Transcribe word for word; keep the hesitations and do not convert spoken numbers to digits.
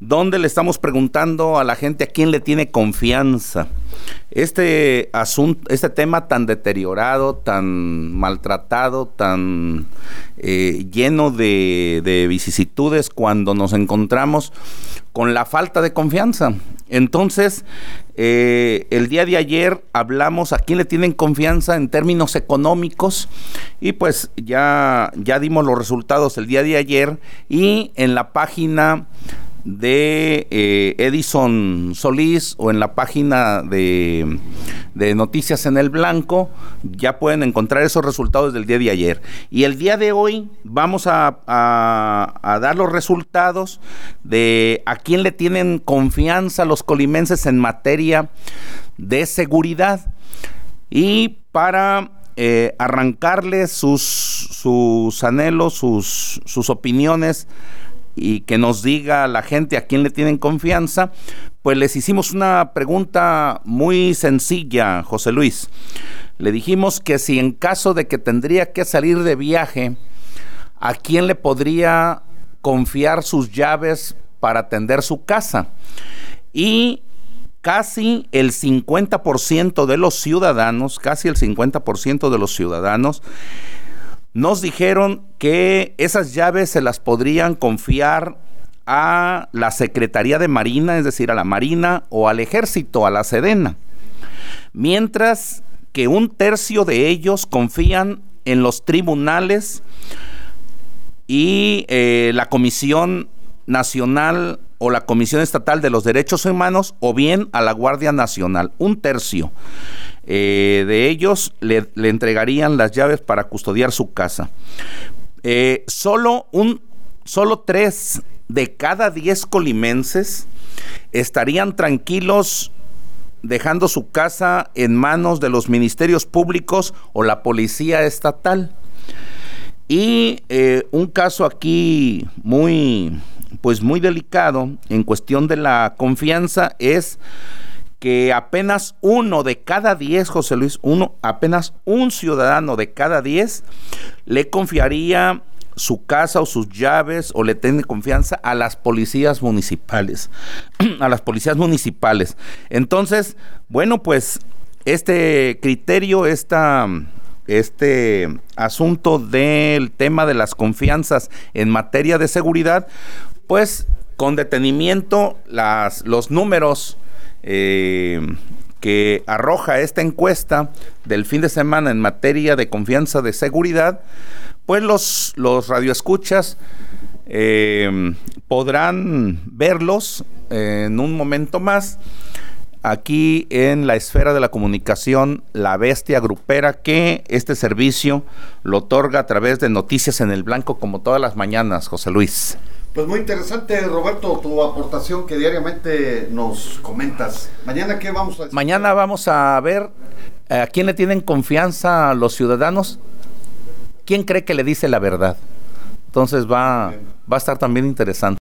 donde le estamos preguntando a la gente a quién le tiene confianza. Este asunto, este tema tan deteriorado, tan maltratado, tan eh, lleno de, de vicisitudes, cuando nos encontramos con la falta de confianza. Entonces, eh, el día de ayer hablamos a quién le tienen confianza en términos económicos, y pues ya, ya dimos los resultados el día de ayer, y en la página de eh, Edison Solís o en la página de, de Noticias en el Blanco ya pueden encontrar esos resultados del día de ayer. Y el día de hoy vamos a, a, a dar los resultados de a quién le tienen confianza los colimenses en materia de seguridad. Y para eh, arrancarles sus, sus anhelos, sus, sus opiniones, y que nos diga la gente a quién le tienen confianza, pues les hicimos una pregunta muy sencilla, José Luis. Le dijimos que si en caso de que tendría que salir de viaje, ¿a quién le podría confiar sus llaves para atender su casa? Y casi el cincuenta por ciento de los ciudadanos, casi el cincuenta por ciento de los ciudadanos nos dijeron que esas llaves se las podrían confiar a la Secretaría de Marina, es decir, a la Marina, o al Ejército, a la Sedena. Mientras que un tercio de ellos confían en los tribunales y eh, la Comisión Nacional o la Comisión Estatal de los Derechos Humanos, o bien a la Guardia Nacional. Un tercio eh, de ellos le, le entregarían las llaves para custodiar su casa. Eh, solo un, solo tres de cada diez colimenses estarían tranquilos dejando su casa en manos de los ministerios públicos o la policía estatal. Y eh, un caso aquí muy, pues muy delicado en cuestión de la confianza es que apenas uno de cada diez, José Luis, uno, apenas un ciudadano de cada diez le confiaría su casa o sus llaves o le tiene confianza a las policías municipales, a las policías municipales. Entonces, bueno, pues este criterio, esta, este asunto del tema de las confianzas en materia de seguridad, pues con detenimiento las, los números eh, que arroja esta encuesta del fin de semana en materia de confianza de seguridad, pues los, los radioescuchas eh, podrán verlos eh, en un momento más aquí en la esfera de la comunicación La Bestia Grupera, que este servicio lo otorga a través de Noticias en el Blanco, como todas las mañanas, José Luis. Pues muy interesante, Roberto, tu aportación que diariamente nos comentas. ¿Mañana qué vamos a decir? Mañana vamos a ver a quién le tienen confianza los ciudadanos. ¿Quién cree que le dice la verdad? Entonces va, va a estar también interesante.